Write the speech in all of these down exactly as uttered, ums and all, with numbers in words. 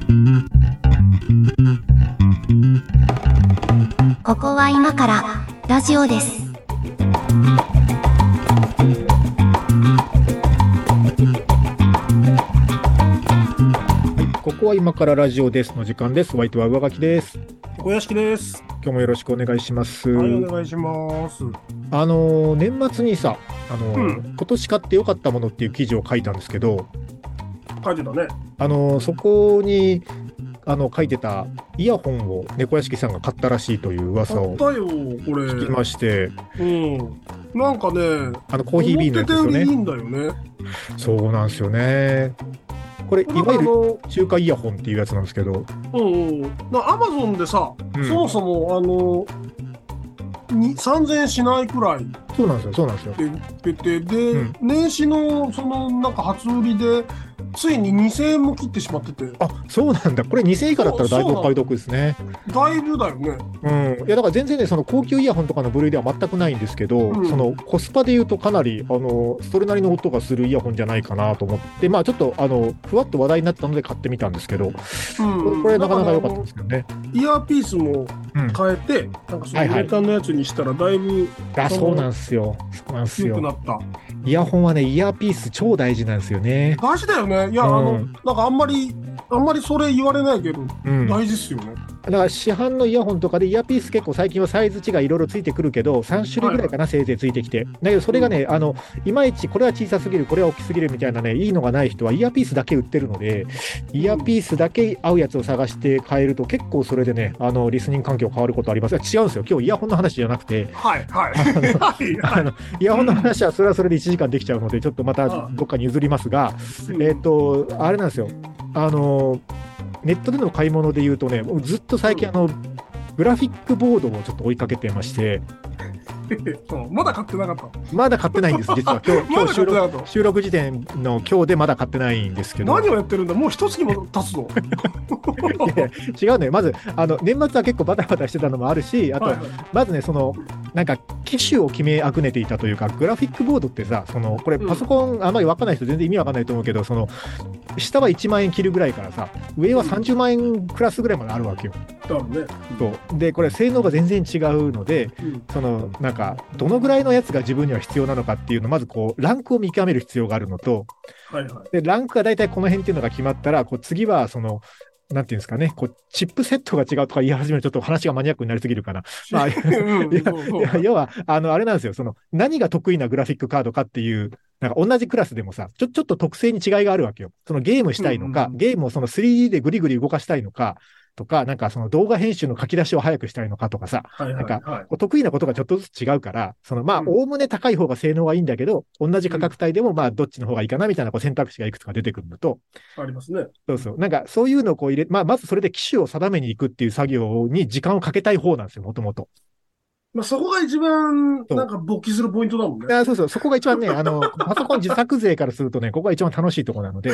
ここは今からラジオです。 ここは今からラジオですの時間です。お相手は上垣です。 小屋敷です。 今日もよろしくお願いします。 はい、お願いします。 あの年末にさ、あの、うん、今年買ってよかったものっていう記事を書いたんですけど、 書いてたね。 あのそこにあの書いてたイヤホンを猫屋敷さんが買ったらしいという噂を聞きまして、 うん、なんかね、 あのコーヒービーンのやつですよね。 思ってたよりいいんだよね。 そうなんですよね。これいわゆる中華イヤホンっていうやつなんですけど、 うんうん、アマゾンでさ、うん、そもそもあのさんぜんえんしないくらい。 そうなんですよ、そうなんですよ。 で、で、で、うん、年始のそのなんか初売りでついににせんえんも切ってしまってて。 あ、そうなんだ。これにせんえん以下だったらだいぶお買い得ですね。 だいぶだよね。 うん。いやだから全然ね、その高級イヤホンとかの部類では全くないんですけど、うん、そのコスパで言うとかなりあのそれなりの音がするイヤホンじゃないかなと思って、まあちょっとあのふわっと話題になったので買ってみたんですけど、うん、これなかなか良かったですよね。 イヤーピースも変えて、うん、なんかそのウレタンのやつにしたらだいぶ、はいはい、あ、そうなんですよ。そうなんですよ。 良くなった。 イヤホンはね、イヤーピース超大事なんですよね。 大事だよね。いや、うん、あのなんかあんまりあんまりそれ言われないけど、うん、大事ですよね。 だから市販のイヤホンとかでイヤーピース結構最近はサイズ違いいろいろついてくるけどさん種類ぐらいかな、はい、せいぜいついてきて、だけどそれがね、うん、あのいまいちこれは小さすぎるこれは大きすぎるみたいなねいいのがない人はイヤーピースだけ売ってるので、イヤーピースだけ合うやつを探して買えると結構それでねあのリスニング環境変わることあります。違うんですよ、今日イヤホンの話じゃなくて、 はいはいあのイヤホンの話はそれはそれでいちじかんできちゃうのでちょっとまたどっかに譲りますが、うん、えっ、ー、とあれなんですよ、あのネットでの買い物で言うとね、ずっと最近あの、うん、グラフィックボードをちょっと追いかけてましてまだ買ってなかった。 まだ買ってないんです、実は今日、今日収録、収録時点の今日でまだ買ってないんですけど。 何をやってるんだ、もう一月も経つのいや違うのよ、まずあの年末は結構バタバタしてたのもあるし、あと、はいはい、まずね、そのなんか機種を決めあぐねていたというか、グラフィックボードってさ、そのこれパソコン、うん、あんまり分かんない人全然意味分かんないと思うけど、その下はいちまんえん切るぐらいからさ、上はさんじゅうまんえんクラスぐらいまであるわけよ。 だね、 そうでこれ性能が全然違うので、うん、そのなんかどのぐらいのやつが自分には必要なのかっていうのをまずこうランクを見極める必要があるのと、はいはい、でランクが大体この辺っていうのが決まったら、こう次はそのなんていうんですかね、こうチップセットが違うとか言い始めるとちょっと話がマニアックになりすぎるかな。まあ、いや要はあのあれなんですよ、その何が得意なグラフィックカードかっていう、なんか同じクラスでもさ、ちょ、ちょっと特性に違いがあるわけよ。そのゲームしたいのか、うんうん、ゲームをその スリーディー でグリグリ動かしたいのかとか、なんかその動画編集の書き出しを早くしたいのかとかさ、はいはいはい、なんか得意なことがちょっとずつ違うから、そのまあおおむね高い方が性能はいいんだけど、同じ価格帯でもまあどっちの方がいいかなみたいなこう選択肢がいくつか出てくるのと、 ありますね。 そうそう、なんかそういうのをこう入れ、まあまずそれで機種を定めに行くっていう作業に時間をかけたい方なんですよ、もともと。 まあ、そこが一番なんか勃起するポイントだもんね。 あ、そうそう、そこが一番ね、あのパソコン自作勢からするとね、ここが一番楽しいところなので、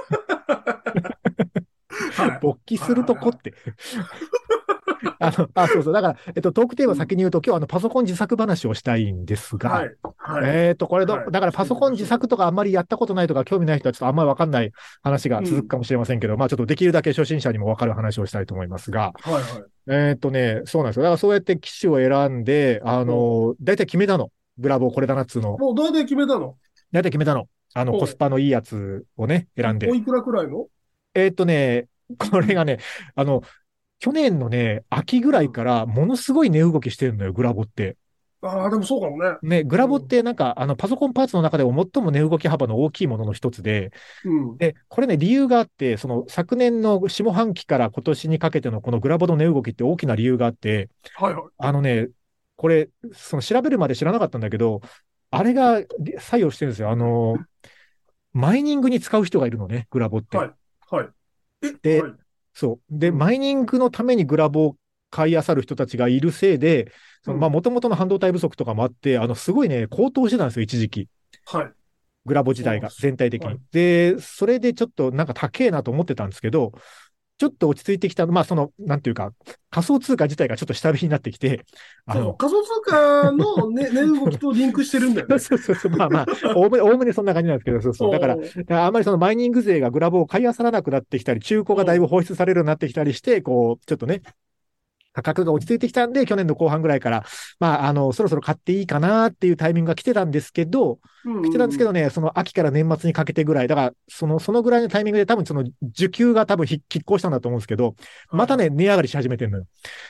はい、勃起するとこって。あのあそうそう、だから、えっと、トークテーマ先に言うと、今日あのパソコン自作話をしたいんですが、はいはい、えっと、これど、はい、だからパソコン自作とかあんまりやったことないとか興味ない人はちょっとあんまりわかんない話が続くかもしれませんけど、うん、まあちょっとできるだけ初心者にもわかる話をしたいと思いますが、はいはい、えっとね、そうなんですよ。だからそうやって機種を選んで、あの、だいたい決めたの。ブラボーこれだなっつうの。 もう大体決めたのだいたい決めたの。あの、コスパのいいやつをね、選んで。 おいくらくらいの？ えっとね、これがね、あの、去年のね、秋ぐらいからものすごい値動きしてるのよ、グラボって。 ああ、でもそうかもね。 ね、グラボってなんか、あの、パソコンパーツの中でも最も値動き幅の大きいものの一つで、うん、で、これね、理由があって、その昨年の下半期から今年にかけてのこのグラボの値動きって大きな理由があって、はいはい、あのね、これ、その調べるまで知らなかったんだけど、あれが作用してるんですよ。あの、マイニングに使う人がいるのね、グラボって。はい。はい。で、はい、そう。で、うん、マイニングのためにグラボを買い漁る人たちがいるせいで、そのまあ、もともとの半導体不足とかもあって、あの、すごいね、高騰してたんですよ、一時期。はい。グラボ自体が、全体的に。はい、で、それでちょっとなんか高えなと思ってたんですけど、 ちょっと落ち着いてきた、まあ、その、なんていうか、仮想通貨自体がちょっと下火になってきて、 あの、仮想通貨の値、値動きとリンクしてるんだよね。 そうそうそう、まあまあ、おおむね、おおむねそんな感じなんですけど、そうそう。だから、からあんまりそのマイニング税がグラボを買い漁らなくなってきたり、中古がだいぶ放出されるようになってきたりして、こう、ちょっとね、価格が落ち着いてきたんで、去年の後半ぐらいから、まあ、あの、そろそろ買っていいかなっていうタイミングが来てたんですけど、来てたんですけどね、その秋から年末にかけてぐらい、だから、その、そのぐらいのタイミングで多分その需給が多分拮抗したんだと思うんですけど、またね、値上がりし始めてるのよ。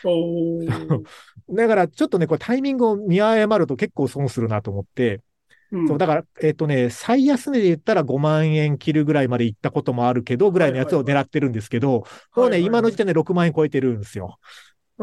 だから、ちょっとね、これタイミングを見誤ると結構損するなと思って、うん、そう、だから、えっとね、最安値で言ったらごまんえん切るぐらいまで行ったこともあるけど、ぐらいのやつを狙ってるんですけど、もうね、今の時点でろくまんえん超えてるんですよ。 ああ、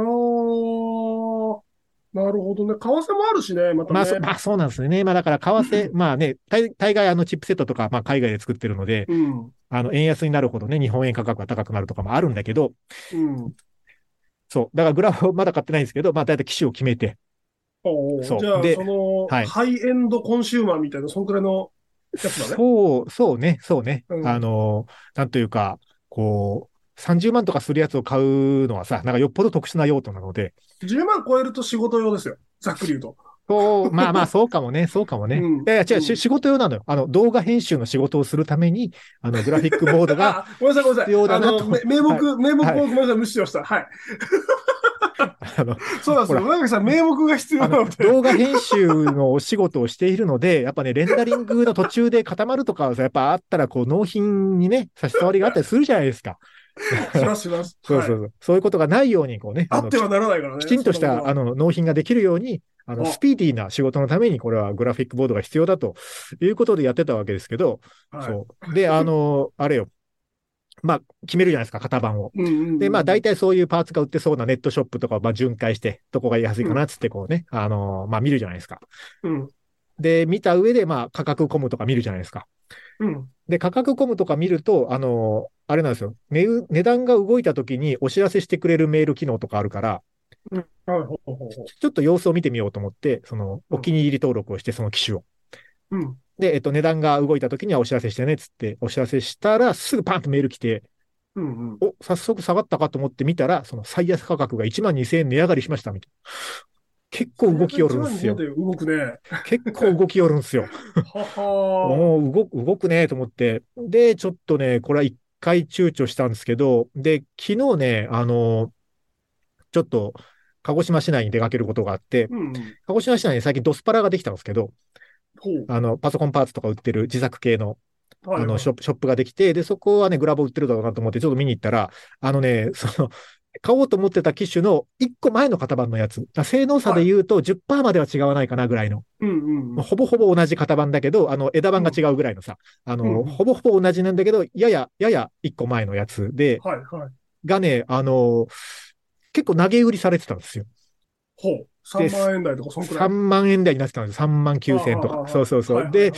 なるほどね。為替もあるしね、またね。 まあ、そまあ、そうなんですね。まあ、だから、為替、まあね、大大概あのチップセットとか、まあ、海外で作ってるので、うん、あの、円安になるほどね、日本円価格が高くなるとかもあるんだけど、うん、そう。だから、グラフをまだ買ってないんですけど、まあ、大体機種を決めて。 そう。じゃあ、その、はい、ハイエンドコンシューマーみたいな、そんくらいのやつだね。 そう、そうね、そうね。うん、あの、なんというか、こう、さんじゅうまんとかするやつを買うのはさ、なんかよっぽど特殊な用途なので。 じゅうまん超えると仕事用ですよ。ざっくり言うと。 そう、まあまあ、そうかもね、そうかもね。うん、いやいや、違う、うん、仕事用なのよ。あの、動画編集の仕事をするために、あの、グラフィックボードが必要だなと。 ごめんなさい、ごめんなさい。名目、はい、名目をごめんなさい、無視しました。はい。あのそうなんですよ。長木さん、名目が必要なので。 動画編集のお仕事をしているので、やっぱね、レンダリングの途中で固まるとかはやっぱあったら、こう、納品にね、差し障りがあったりするじゃないですか。 しますします。 そうそうそう、はい。そういうことがないように、こうね。 あってはならないからね。 きちんとした、あの、納品ができるように、あの、スピーディーな仕事のために、これはグラフィックボードが必要だということでやってたわけですけど、はい、そう。で、あの、あれよ。まあ、決めるじゃないですか、型番を。うんうんうん、で、まあ、大体そういうパーツが売ってそうなネットショップとかをまあ巡回して、どこが安いかなっつってこうね、うん、あのー、まあ、見るじゃないですか。うん、で、見た上で、まあ、価格コムとか見るじゃないですか。うん、で、価格コムとか見ると、あのー、あれなんですよ。値、値段が動いた時にお知らせしてくれるメール機能とかあるから、うん、ちょっと様子を見てみようと思って、その、お気に入り登録をして、その機種を。うんで、えっと、値段が動いた時にはお知らせしてね、っつって、お知らせしたら、すぐパンとメール来て、うんうん、お、早速下がったかと思って見たら、その最安価格がいちまんにせんえん値上がりしました、みたいな。結構動きよるんですよ。 動くね、 結構動きよるんですよ。はは動く、動くね、と思って。で、ちょっとね、これは一回躊躇したんですけど、で、昨日ね、あの、ちょっと、鹿児島市内に出かけることがあって、うんうん、鹿児島市内に最近ドスパラができたんですけど、あの、パソコンパーツとか売ってる自作系の、あのショップ、ショップができて、で、そこはね、グラボ売ってるだろうなと思って、ちょっと見に行ったら、あのね、その、買おうと思ってた機種のいっこまえの型番のやつ。性能差で言うとじゅっパーセントまでは違わないかなぐらいの。はいうんうん、ほぼほぼ同じ型番だけど、あの、枝番が違うぐらいのさ、うん、あの、うん、ほぼほぼ同じなんだけど、やや、ややいっこまえのやつで、はいはい、がね、あの、結構投げ売りされてたんですよ。 ほう。さんまんえん台とか、そんくらい。さんまんえん台になってたんですよ。さんまんきゅうせんえんとか。そうそうそう。で、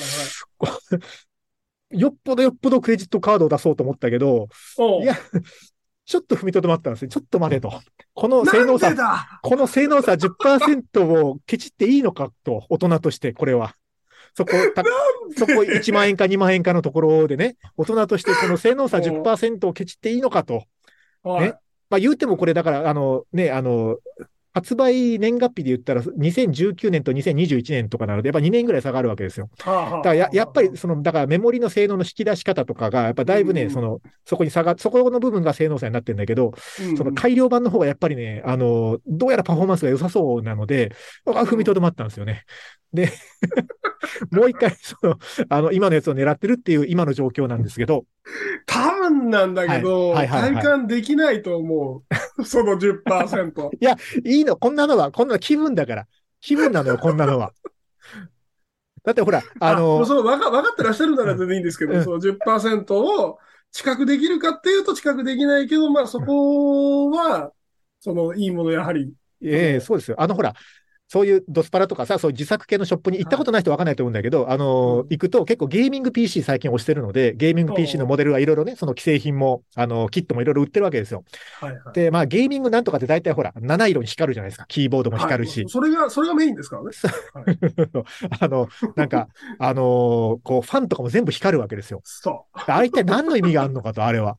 よっぽどよっぽどクレジットカードを出そうと思ったけど、いや、ちょっと踏みとどまったんですよ。ちょっと待てと。この性能差、この性能差 じゅっパーセント をケチっていいのかと、大人としてこれは。そこ、そこいちまんえんかにまんえんかのところでね、大人としてこの性能差 じゅっパーセント をケチっていいのかと。ね。まあ言うてもこれだから、あの、ね、あの、発売年月日で言ったらにせんじゅうきゅうねんとにせんにじゅういちねんとかなので、やっぱにねんぐらい差があるわけですよ。だからややっぱりその、だからメモリの性能の引き出し方とかが、やっぱだいぶね、うん、その、そこに差が、そこの部分が性能差になってるんだけど、うん、その改良版の方がやっぱりね、あの、どうやらパフォーマンスが良さそうなので、踏みとどまったんですよね。で、もう一回、その、あの、今のやつを狙ってるっていう今の状況なんですけど。 多分なんだけど、はいはいはいはい、体感できないと思う。その じゅっパーセント。 いや、いいの、こんなのは、こんな気分だから。気分なのよ、こんなのは。だってほら、あのー、あその分か、分かってらっしゃるなら全然いいんですけど、うん、その じゅっパーセント を近くできるかっていうと近くできないけど、まあそこは、そのいいものやはり。 ええー、そうですよ。あのほら、そういうドスパラとかさ、そういう自作系のショップに行ったことない人分かんないと思うんだけど、はい、あの、うん、行くと結構ゲーミング ピーシー 最近推してるので、ゲーミング ピーシー のモデルはいろいろね、その既製品も、あの、キットもいろいろ売ってるわけですよ。はいはい、で、まあゲーミングなんとかって大体ほら、七色に光るじゃないですか。キーボードも光るし。はい、 それが、それがメインですからね。はい、 あの、なんか、あのー、こう、ファンとかも全部光るわけですよ。 そう。 あれ一体何の意味があるのかと、あれは。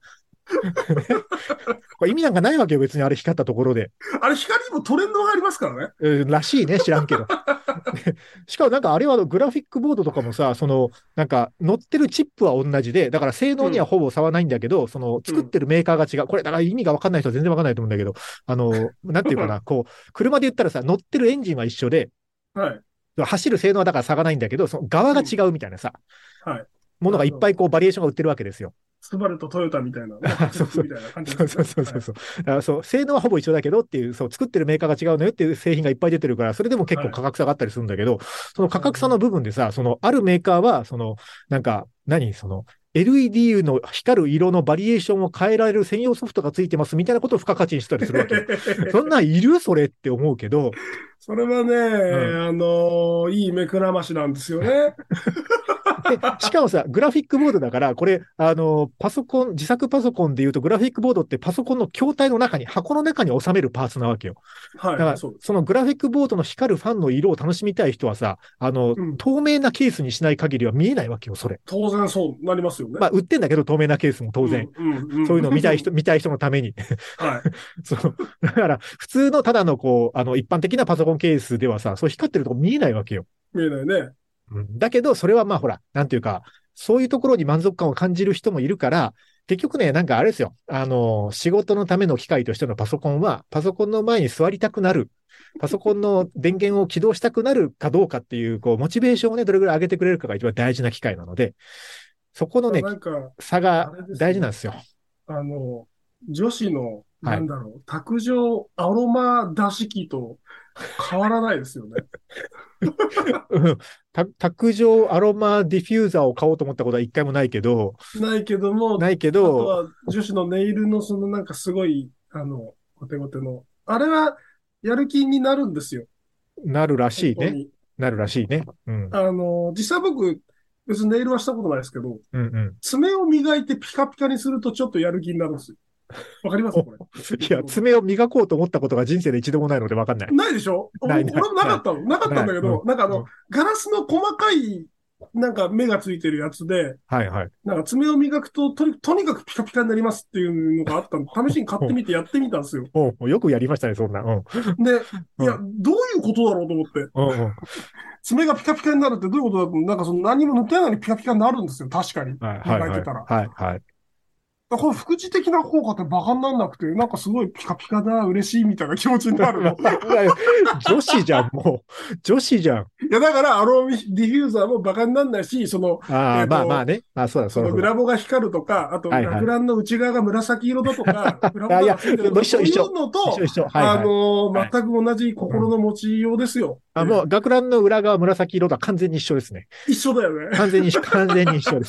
これ意味なんかないわけよ、別にあれ光ったところで。 あれ光にもトレンドがありますからね。 えーらしいね、知らんけど。しかもなんかあれはグラフィックボードとかもさ、その、なんか乗ってるチップは同じで、だから性能にはほぼ差はないんだけど、うん、その作ってるメーカーが違う。これだから意味がわかんない人は全然わかんないと思うんだけど、あの、なんていうかな、こう、車で言ったらさ、乗ってるエンジンは一緒で、 はい。 走る性能はだから差がないんだけど、その側が違うみたいなさ、 うん、はい。 ものがいっぱいこうバリエーションが売ってるわけですよ。 スバルとトヨタみたいな、ね、 そうそうみたいな感じですね。 そうそうそうそう。はい、そう、性能はほぼ一緒だけどっていう、そう、作ってるメーカーが違うのよっていう製品がいっぱい出てるから、それでも結構価格差があったりするんだけど、はい、その価格差の部分でさ、その、あるメーカーは、その、なんか、何、その、エルイーディー の光る色のバリエーションを変えられる専用ソフトがついてますみたいなことを付加価値にしたりするわけ。そんなんいるそれって思うけど。 それはね、うん、あのー、いい目くらましなんですよね。 で、しかもさ、グラフィックボードだから、これ、あの、パソコン、自作パソコンで言うと、グラフィックボードってパソコンの筐体の中に、箱の中に収めるパーツなわけよ。 はい。 だから、そ, そのグラフィックボードの光るファンの色を楽しみたい人はさ、あの、うん、透明なケースにしない限りは見えないわけよ、それ。 当然そうなりますよね。 まあ、売ってんだけど、透明なケースも当然。うんうんうん、そういうのを見たい人、見たい人のために。 はい。 そう。だから、普通のただのこう、あの、一般的なパソコンケースではさ、そう光ってるとこ見えないわけよ。 見えないね。 だけど、それはまあほら、なんていうか、そういうところに満足感を感じる人もいるから、結局ね、なんかあれですよ。あの、仕事のための機械としてのパソコンは、パソコンの前に座りたくなる。パソコンの電源を起動したくなるかどうかっていう、こう、モチベーションをね、どれぐらい上げてくれるかが一番大事な機械なので、そこのね、差が大事なんですよ。 あの、女子の、なんだろう、はい、卓上アロマ出し器と変わらないですよね。 卓上アロマディフューザーを買おうと思ったことは一回もないけど。 ないけども、 ないけど。 あとは女子のネイルのそのなんかすごい、あの、ゴテゴテの。あれはやる気になるんですよ。 なるらしいね。なるらしいね。うん。 あの、実際僕、別にネイルはしたことないですけど、 うんうん、 爪を磨いてピカピカにするとちょっとやる気になるんですよ。わかりますこれ。 いや、爪を磨こうと思ったことが人生で一度もないのでわかんない。 ないでしょないない俺もなかったの。なかったんだけど、うん、なんかあの、うん、ガラスの細かい、なんか目がついてるやつで、 はいはい。 なんか爪を磨くととに、とにかくピカピカになりますっていうのがあったの。試しに買ってみてやってみたんですよ。 およくやりましたね、そんな。うん、 で、いや、どういうことだろうと思って。 うんうん、 爪がピカピカになるってどういうことだと、なんかその何も塗ってないのにピカピカになるんですよ。確かに。 はいはい、 磨いてたら。 はい、はい。 この副次的な効果ってバカにならなくて、なんかすごいピカピカだ、嬉しいみたいな気持ちになるの。 女子じゃん、もう。女子じゃん。 いや、だから、アローディフューザーもバカにならないし、その、 あ、えー、まあまあね。あ、そうだ、 そのグラボが光るとか、あと、学ランの内側が紫色だとか、グラボがついてるとか、そういうのと、あの、全く同じ心の持ちようですよ。 あ、もう、学ランの裏側紫色とは完全に一緒ですね。 一緒だよね。 完全に、完全に一緒です。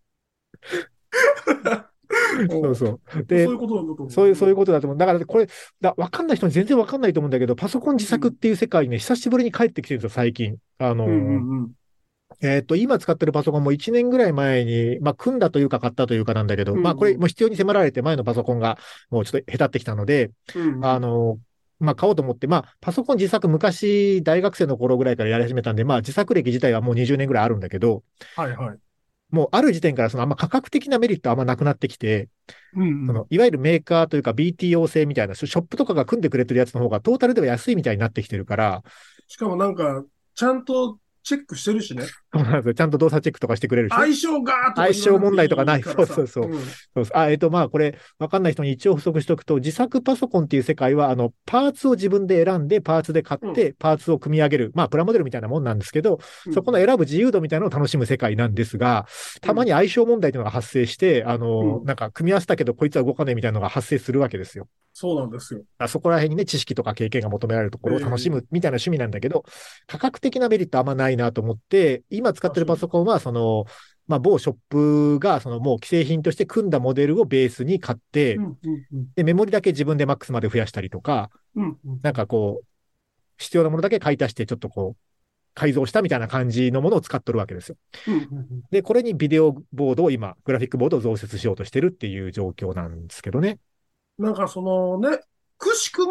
そうそう。で、 そういうことなんだと思う。 そういう、そういうことだと思う。だから、これ、だわかんない人に全然わかんないと思うんだけど、パソコン自作っていう世界にね、久しぶりに帰ってきてるんですよ、最近。あのー、うんうんうん、えっと、今使ってるパソコンもいちねんぐらい前に、まあ、組んだというか買ったというかなんだけど、うんうん、まあ、これも必要に迫られて前のパソコンがもうちょっと下手ってきたので、うんうん、あのー、まあ、買おうと思って、まあ、パソコン自作昔、大学生の頃ぐらいからやり始めたんで、まあ、自作歴自体はもうにじゅうねんぐらいあるんだけど、 はいはい。 もうある時点からそのあんま価格的なメリットあんまなくなってきて、 うんうん、 そのいわゆるメーカーというか ビーティーオー 製みたいな、ショップとかが組んでくれてるやつの方がトータルでは安いみたいになってきてるから。 しかもなんか、ちゃんとチェックしてるしね。 そうなんですよ。ちゃんと動作チェックとかしてくれるし、ね。 相性がーとか相性問題とかない。そうそうそう。うん、そうあ、えっ、ー、と、まあ、これ、わかんない人に一応補足しておくと、自作パソコンっていう世界は、あの、パーツを自分で選んで、パーツで買って、うん、パーツを組み上げる。まあ、プラモデルみたいなもんなんですけど、うん、そこの選ぶ自由度みたいなのを楽しむ世界なんですが、たまに相性問題というのが発生して、あの、うん、なんか、組み合わせたけど、こいつは動かないみたいなのが発生するわけですよ。 そうなんですよ。 あそこら辺にね、知識とか経験が求められるところを楽しむみたいな趣味なんだけど、えー、価格的なメリットあんまないなと思って、今使ってるパソコンは、その、まあ、某ショップが、そのもう既製品として組んだモデルをベースに買って、 うんうんうん、 で、メモリだけ自分でマックスまで増やしたりとか、 うんうん、 なんかこう、必要なものだけ買い足して、ちょっとこう、改造したみたいな感じのものを使っとるわけですよ。 うんうんうん、 で、これにビデオボードを今、グラフィックボードを増設しようとしてるっていう状況なんですけどね。 なんかそのね、くしくも、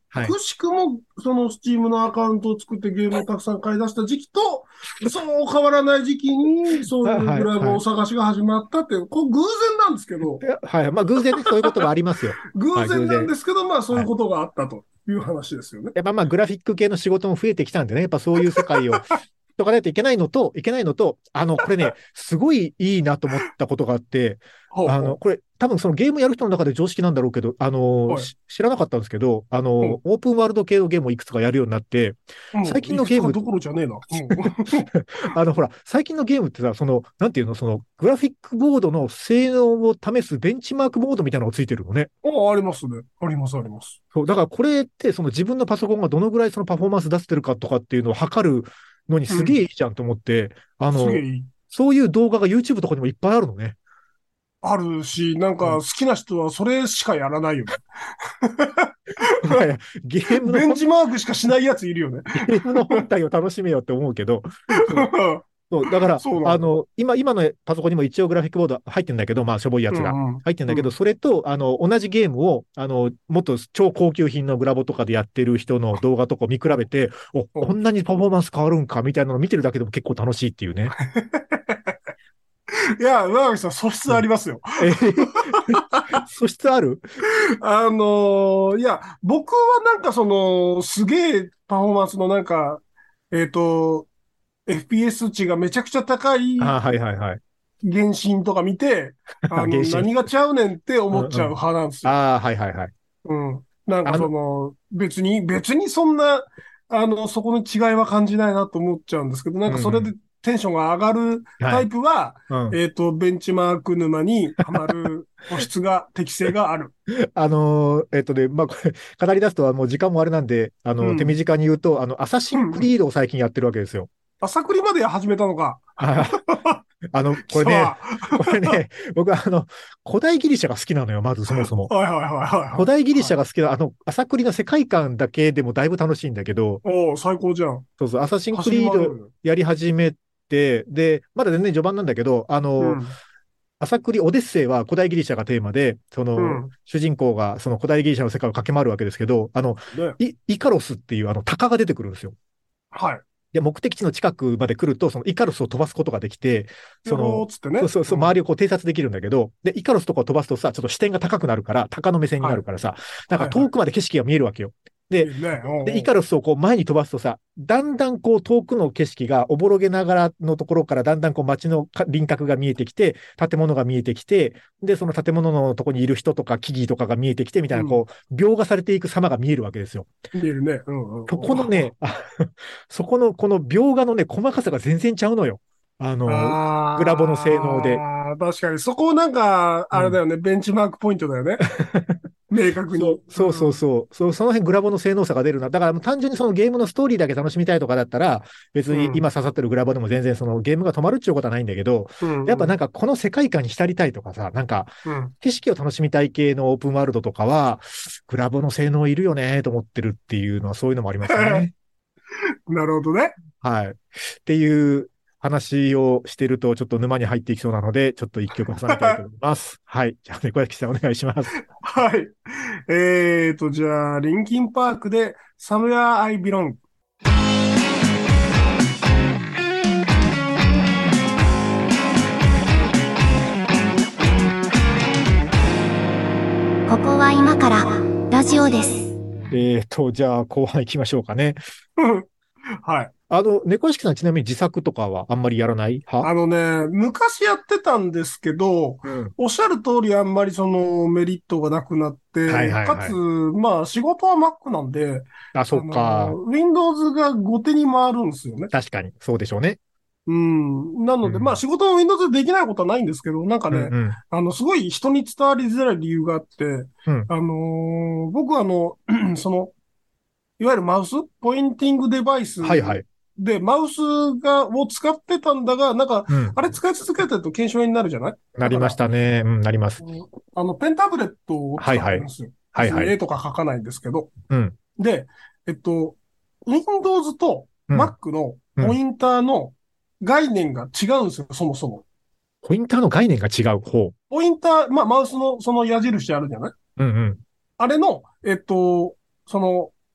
はい。 くしくも、そのスチームのアカウントを作ってゲームをたくさん買い出した時期と、そう変わらない時期に、そういうグラボを探しが始まったって、これ偶然なんですけど。 はい。まあ偶然ね、そういうことがありますよ。 偶然なんですけど、まあそういうことがあったという話ですよね。 やっぱまあグラフィック系の仕事も増えてきたんでね、やっぱそういう世界をとかないといけないのと、いけないのと、あの、これね、すごいいいなと思ったことがあって、あの、これ、多分そのゲームやる人の中で常識なんだろうけど、あの、知らなかったんですけど、あの、オープンワールド系のゲームをいくつかやるようになって、最近のゲーム。 どころじゃねえな。 あの、ほら、最近のゲームってさ、その、なんていうの、その、グラフィックボードの性能を試すベンチマークボードみたいなのがついてるのね。 あ、ありますね。あります、あります。 そう、だからこれって、その自分のパソコンがどのぐらいそのパフォーマンス出してるかとかっていうのを測るのにすげえいいじゃんと思って、うん、あの、そういう動画が YouTube とかにもいっぱいあるのね。 あるし、なんか好きな人はそれしかやらないよね。 いやゲームのベンチマークしかしないやついるよね。 ゲームの本体を楽しめよって思うけど。そう、だから、あの、今、今のパソコンにも一応グラフィックボード入ってんだけど、まあ、しょぼいやつが入ってんだけど、うんうん、それと、あの、同じゲームを、あの、もっと超高級品のグラボとかでやってる人の動画とか見比べて、お、こんなにパフォーマンス変わるんか、みたいなのを見てるだけでも結構楽しいっていうね。 いや、上垣さん、素質ありますよ。 え素質あるあのー、いや、僕はなんかその、すげえパフォーマンスのなんか、えっ、ー、と、エフピーエス 値がめちゃくちゃ高いあ、はいはいはい。 原神とか見て、あの何がちゃうねんって思っちゃう派なんですよ。 うんうん、ああ、はいはいはい。 うん。なんかその、別に、別にそんな、あの、そこの違いは感じないなと思っちゃうんですけど、なんかそれでテンションが上がるタイプは、はいうん、えっと、ベンチマーク沼にはまる素質が、適性がある。 あのー、えっとね、まあ、これ、語り出すとはもう時間もあれなんで、あの、うん、手短に言うと、あの、アサシンクリードを最近やってるわけですよ。 朝クリまで始めたのか。 あの、これね、これね、僕はあの、古代ギリシャが好きなのよ、まずそもそも。 はいはいはいはい。 古代ギリシャが好きな、あの、朝栗の世界観だけでもだいぶ楽しいんだけど。 おお最高じゃん。 そうそう、アサシンクリードやり始めて、で、まだ全然序盤なんだけど、あの、うん、朝栗オデッセイは古代ギリシャがテーマで、その、うん、主人公がその古代ギリシャの世界を駆け回るわけですけど、あの、ね、イイカロスっていうあの、鷹が出てくるんですよ。 はい。 で、目的地の近くまで来ると、そのイカロスを飛ばすことができて、その、 ね、 そうそうそう、周りをこう偵察できるんだけど、で、イカロスとかを飛ばすとさ、ちょっと視点が高くなるから、鷹の目線になるからさ、はい、なんか遠くまで景色が見えるわけよ。で、で、イカロスをこう前に飛ばすとさ、だんだんこう遠くの景色がおぼろげながらのところからだんだんこう街の輪郭が見えてきて、建物が見えてきて、で、その建物のとこにいる人とか木々とかが見えてきてみたいな、こう、描画されていく様が見えるわけですよ。 見えるね。うんうん、 そこのね、そこのこの描画のね、細かさが全然ちゃうのよ。あの、あグラボの性能で。 確かに、そこなんか、あれだよね、うん、ベンチマークポイントだよね。明確に。 そうそうそう。そ, うその辺グラボの性能差が出るな。だから単純にそのゲームのストーリーだけ楽しみたいとかだったら、別に今刺さってるグラボでも全然そのゲームが止まるっていうことはないんだけど、うんうん、やっぱなんかこの世界観に浸りたいとかさ、なんか景色を楽しみたい系のオープンワールドとかは、グラボの性能いるよねと思ってるっていうのはそういうのもありますね。 なるほどね。 はい。っていう話をしてるとちょっと沼に入っていきそうなので、ちょっと一曲挟みたいと思います。はい。じゃあ、猫焼さんお願いします。 はい。えーと、じゃあ、リンキンパークで Somewhere I Belong。 ここは今からラジオです。 えーと、じゃあ後半行きましょうかね。 はい。 あの、猫屋敷さんちなみに自作とかはあんまりやらない派？ あのね、昔やってたんですけど、うん、おっしゃる通りあんまりそのメリットがなくなって、はいはいはい、かつ、まあ仕事は Mac なんで、 あ、そっか。 Windows が後手に回るんですよね。 確かに、そうでしょうね。 うん。なので、うん、まあ仕事は Windows でできないことはないんですけど、なんかね、うんうん、あの、すごい人に伝わりづらい理由があって、うん、あのー、僕はあの、その、いわゆるマウスポインティングデバイス。 はいはい。 で、マウスが、を使ってたんだが、なんか、うん、あれ使い続けてると検証になるじゃない？ なりましたね。うん、なります。 あの、ペンタブレットを使ってるんですよ。はいはい。絵とか書かないんですけど。うん。で、えっと、Windows と Mac のポインターの概念が違うんですよ、そもそも。 ポインターの概念が違う方。 ポインター、まあ、マウスのその矢印あるじゃない？うんうん。あれの、えっと、その、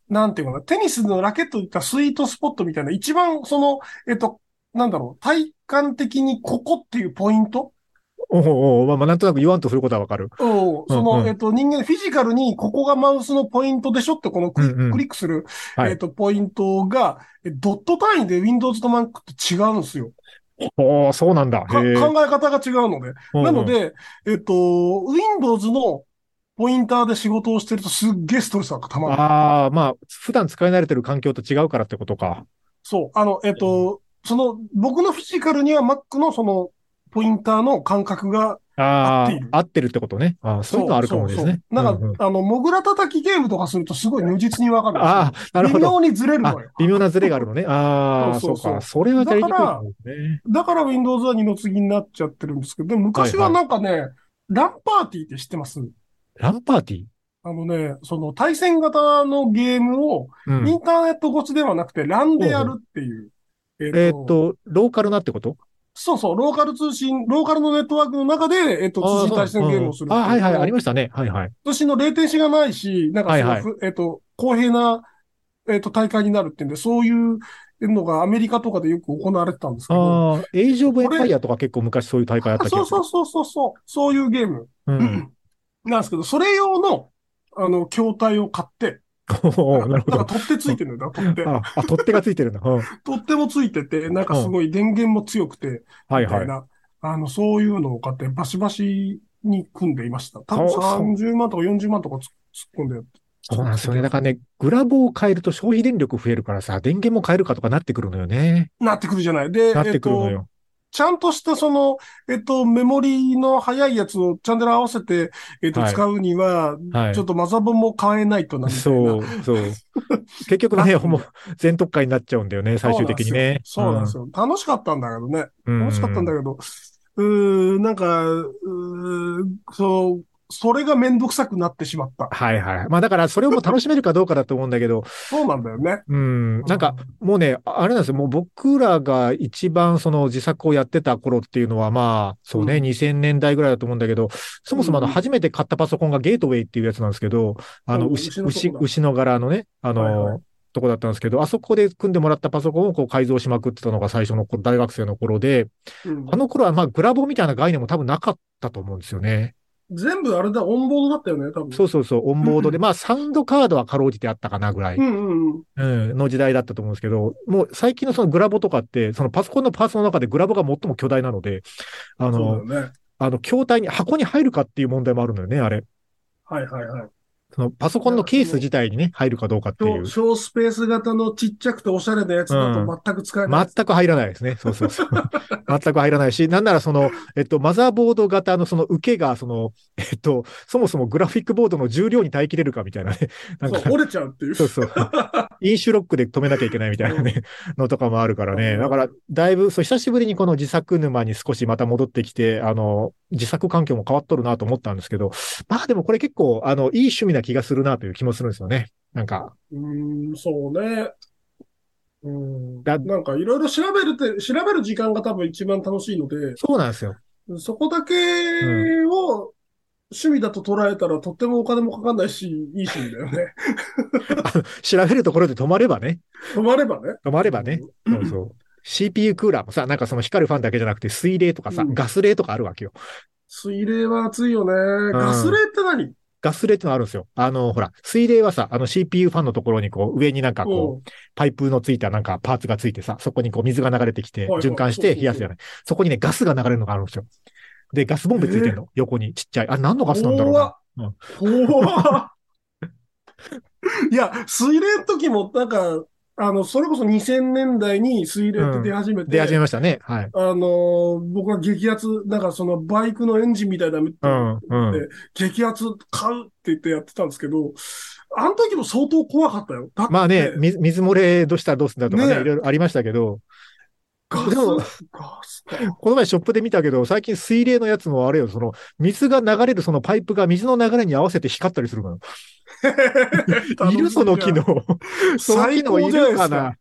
なんていうかな、テニスのラケットで言ったスイートスポットみたいな、一番その、えっと、なんだろう、体感的にここっていうポイントおおお、まあ、まあ、なんとなく言わんとすることはわかる。 を、その、えうんうん。 っと、人間、フィジカルにここがマウスのポイントでしょって、このクイック、クうんうん。 リックする、 はい。 えっと、ポイントが、えドット単位で Windows と Mac って違うんですよ。 おお、そうなんだ。 か、 へえ。 考え方が違うので。 うんうん。 なので、えっと、Windows のポインターで仕事をしてるとすっげえストレスが溜まる。 ああ、まあ、普段使い慣れてる環境と違うからってことか。 そう。あの、えっうん、 と、その、僕のフィジカルには Mac のその、ポインターの感覚が合ってああ、 いる。 合ってるってことね。ああ、そういうのそう、 あるかそう、そもですね。 う。なんか、 うんうん。 あの、モグラ叩きゲームとかするとすごい如実にわかるんですけああ、 ど、 なるほど。 微妙にずれるあ、 のよ。 微妙なズレがあるのね。 そうああ、そうか。 そうそそれう。 はやりにくいかだから、 もですね。 だから Windows は二の次になっちゃってるんですけど、でも昔ははいはい。 なんかね、ランパーティーって知ってます？ ランパーティー。 あのね、その対戦型のゲームをうん。 インターネット越しではなくて ラン でやるほうほう。 っていう。えっと、 えーっと、ローカルなってこと？ そうそう、ローカル通信、ローカルのネットワークの中で、えっと、通ああ、そう。 信対戦ゲーうんうん。ああ、 ムをするっていう。 はいはい。ありあの、 ましたね。はいはい。 通信のレイテンシがないし、なんかはいはい。 すごいふ、えっと、公平な、えっと、大会になるっていうんで、そういうのがアメリカとかでよく行われてたんですけど、 ああ、エイジオブエこれ、 ンパイアとか結構昔そういう大会あっあ、そうた気がする。 そうそうそうそう、そういうゲームうん。 なんですけど、それ用の、あの、筐体を買って、 おお、 なんか、 なるほど。 なんか取っ手ついてるんだよ、取っ手。 あ、あ、取っ手がついてるんだ。うん。 取っ手もついてて、なんかうん。 すごい電源も強くて、 はいはい。 みたいな、あの、そういうのを買ってバシバシに組んでいました。多分そう、そう。 さんじゅうまんとかよんじゅうまんとかつ突っ込んでそう作ってなんですよね。 た気がする。 だからね、グラボを変えると消費電力増えるからさ、電源も変えるかとかなってくるのよね。 なってくるじゃない。で、 なってくるのえっと、 よ。 ちゃんとしたその、えっと、メモリの速いやつをチャンネル合わせて、えっと、 はい。 使うには、 はい。 ちょっとマザボンも変えないとな、みたいな、 そう、そう。結局ね、もうなってくるじゃん。 全特化になっちゃうんだよね、最終そうなんですよ。 的にね。うん。 そうなんですよ。楽しかったんだけどね。 う楽しかったんだん。 けど、うーん、なんか、うーん、そう、それがめんどくさくなってしまった。 はいはい。まあだからそれをもう楽しめるかどうかだと思うんだけど、 そうなんだよね。 うん、 うなんかん、 もうね、あれなんですよ。もう僕らが一番その自作をやってた頃っていうのはまあ、そうね、 うん、 にせんねんだいぐらいだと思うんだけど、そもそもあのうん、 初めて買ったパソコンがゲートウェイっていうやつなんですけど、あのおう、 牛、牛、 牛のとこだ。 牛の柄のね、あはいはい。 の、とこだったんですけど、あそこで組んでもらったパソコンをこう改造しまくってたのが最初の頃大学生の頃で、 うん。 あの頃はまあグラボみたいな概念も多分なかったと思うんですよね。 全部あれだ、オンボードだったよね、多分。 そうそうそう、オンボードで、 うん、 まあサウンドカードはかろうじてあったかなぐらい。 うん、うん。 うん、の時代だったと思うんですけど、もう最近のそのグラボとかって、そのパソコンのパーツの中でグラボが最も巨大なので、あそうだの、 よね。 あの、筐体に、箱に入るかっていう問題もあるのよね、あれ。 はいはいはい。 そのパソコンだのケースからその、 自体にね、入るかどうかってい小、 う。 小スペース型のちっちゃくておしゃれなやつだとうん。 全く使えないやつだ。 全く入らないですね。そうそうそう。全く入らないし、なんならその、えっと、マザーボード型のその受けが、その、えっと、そもそもグラフィックボードの重量に耐えきれるかみたいなね。なんそう、 か、 折れちゃうっていう。 そうそう。飲酒ロックで止めなきゃいけないみたいなね、 うん。 のとかもあるからあね。だから、 るある。 だいぶ、そう、久しぶりにこの自作沼に少しまた戻ってきて、あの、自作環境も変わっとるなと思ったんですけど、まあでもこれ結構、あの、いい趣味な気がするなという気もするんですよね。なんか、 うーん、そうね。うん。 だ、 なんかいろいろ調べるって、調べる時間が多分一番楽しいので、 そうなんですよ。 そこだけうん。 を趣味だと捉えたらとってもお金もかかんないし、いい趣味だよね。 あの、調べるところで止まればね。 止まればね。 止まればね。 うん。 そうそう。シーピーユー クーラーもさ、なんかその光るファンだけじゃなくて水冷とかさ、 うん。 ガス冷とかあるわけよ。 水冷は熱いよね。 うん。 ガス冷って何？ ガス冷ってのあるんですよ。あの、ほら、水冷はさ、あの シーピーユー ファンのところにこう、上になんかこう、 うん。 パイプのついたなんかパーツがついてさ、そこにこう水が流れてきて、 はいはい。 循環しそうそうそう。 て冷やすじゃない。そこにね、ガスが流れるのがあるんですよ。で、ガスボンベついてんえー、 の。横にちっちゃい。あ、何のガスなんだろうな。 怖っ。 うん。 怖っ。いや、水冷の時も、なんか、あの、それこそにせんねんだいに水冷って出うん。出始め始めて、 ましたね。はい。 あの、僕は激アツ、なんかそのバイクのエンジンみたいなのうん、うん。 で、激アツ買うって言ってやってたんですけど、あの時も相当怖かったよ。だっまあね、 て、 水、水漏れどうしたらどうすんだとかね、いろいねえ、 ろありましたけど、 ガス、 でも、 ガスか。 この前ショップで見たけど、最近水冷のやつもあれよ、その、水が流れるそのパイプが水の流れに合わせて光ったりするのよ。い楽るその機能。 しみじゃん。 その機最高じゃ能いるないですか。 かな。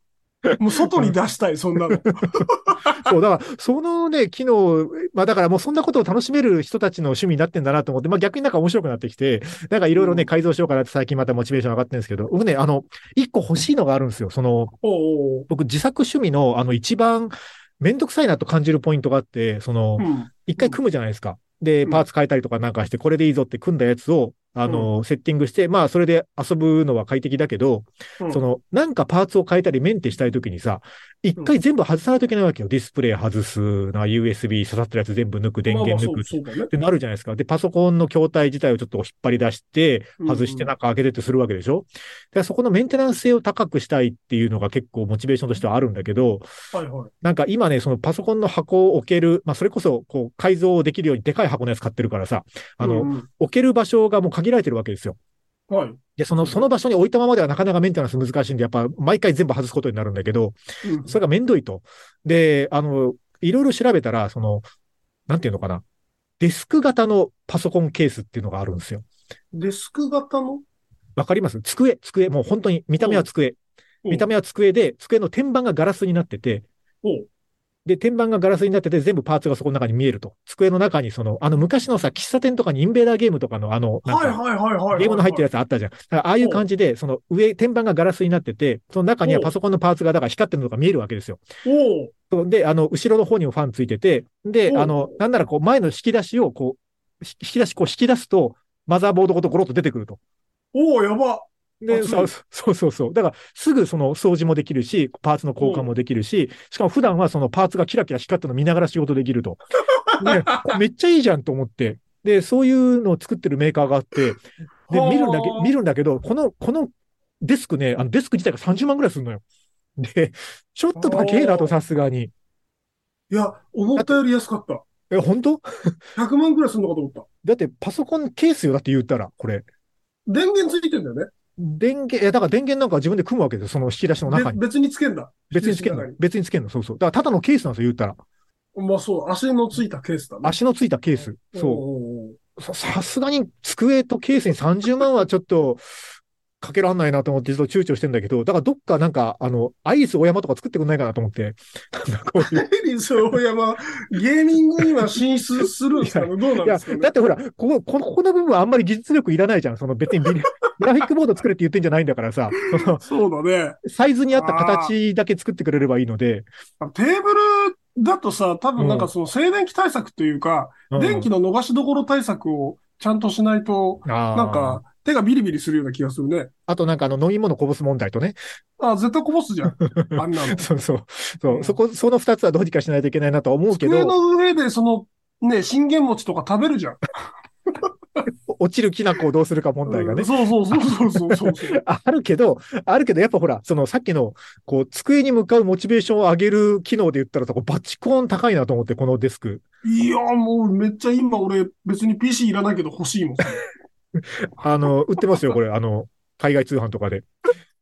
もう外に出したい、そんなの。 そう、だから、そのね、機能、まあだからもうそんなことを楽しめる人たちの趣味になってんだなと思って、まあ逆になんか面白くなってきて、なんかいろいろね、改造しようかなって最近またモチベーション上がってるんですけど、僕ね、あの、一個欲しいのがあるんですよ。その、 おう僕自作趣味の、あの、一番めんどくさいなと感じるポイントがあって、その、 うん、 一回組むじゃないですか。で、パーツ変えたりとかなんかして、これでいいぞって組んだやつを、あの、セッティングして、まあ、それで遊ぶのは快適だけど、 うん、 その、なんかパーツを変えたりメンテしたいときにさ、一回全部外さないといけないわけよ。ディスプレイ外す、な、ユーエスビー 刺さってるやつ全部抜く、電まあまあ、そう、 源抜くそうだね。 ってなるじゃないですか。で、パソコンの筐体自体をちょっと引っ張り出して、外してなんか開けてってするわけでしょ。で、そこのメンテナンス性を高くしたいっていうのが結構モチベーションとしてはあるんだけど、 はいはい。 なんか今ね、そのパソコンの箱を置ける、まあそれこそこう改造できるようにでかい箱のやつ買ってるからさ、あの、うんうん、置ける場所がもう限られてるわけですよ。 はい。 で、その、その場所に置いたままではなかなかメンテナンス難しいんで、やっぱ毎回全部外すことになるんだけど、うん、それがめんどいと。で、あの、いろいろ調べたら、その、なんていうのかな。デスク型のパソコンケースっていうのがあるんですよ。 デスク型のわかります？机、机。もう本当に見た目は机。見た目は机で、机の天板がガラスになってて、で、天板がガラスになってて、全部パーツがそこの中に見えると。机の中にその、あの昔のさ、喫茶店とかにインベーダーゲームとかのあの、なんか、ゲームの入ってるやつあったじゃん。だからああいう感じで、その上、天板がガラスになってて、その中にはパソコンのパーツがだから光ってるのが見えるわけですよ。で、あの、後ろの方にもファンついてて、で、あの、なんならこう、前の引き出しをこう、引き出し、こう引き出すと、マザーボードごとゴロッと出てくると。 おお、やば。 で、そうそうそう。だから、すぐその掃除もできるし、パーツの交換もできるし、しかも普段はそのパーツがキラキラ光ってるのを見ながら仕事できると。ね、めっちゃいいじゃんと思って。で、そういうのを作ってるメーカーがあって、で、見るんだけ、見るんだけど、この、このデスクね、あのデスク自体がさんじゅうまんぐらいするのよ。で、ちょっと高えなと、さすがに。 いや、思ったより安かった。 え、本当 ? ひゃく 万ぐらいするのかと思った。 だってパソコンケースよ、だって言ったら、これ。 電源ついてんだよね。 電源、え、だから電源なんか自分で組むわけですよ、その引き出しの中に。 別につけんだ。 別につけんの。別につけんの、そうそう。だからただのケースなんですよ、言ったら。 まあそう、足のついたケースだね。 足のついたケース。そう。さすがに机とケースにさんじゅうまんはちょっと、かけらんないなと思ってずっと躊躇してんだけど、だからどっかなんか、あの、アイリスオーヤマとか作ってくんないかなと思って。 アイリスオーヤマ、ゲーミングには進出するんですかね？どうなんですかね？ いや、だってほら、ここ、ここの部分はあんまり技術力いらないじゃん。その別にグラフィックボード作れって言ってんじゃないんだからさ。 そのそうだね。 サイズに合った形だけ作ってくれればいいので。 テーブルだとさ、多分なんかその静電気対策というか、うん、電気の逃しどころ対策をちゃんとしないと、なんか、手がビリビリするような気がするね。 あとなんかあの飲み物こぼす問題とね。 あ、絶対こぼすじゃん。あんなの。 そうそう。そう、うん、そこ、その二つはどうにかしないといけないなと思うけど。 机の上でその、ね、信玄餅とか食べるじゃん。 落ちるきな粉をどうするか問題がね。 うん、そうそうそうそうそうそうあるけど、あるけど、やっぱほら、そのさっきの、こう、机に向かうモチベーションを上げる機能で言ったらさ、バチコーン高いなと思って、このデスク。 いや、もうめっちゃ今俺、別に ピーシー いらないけど欲しいもん。 あの、売ってますよ、これ。あの、海外通販とかで。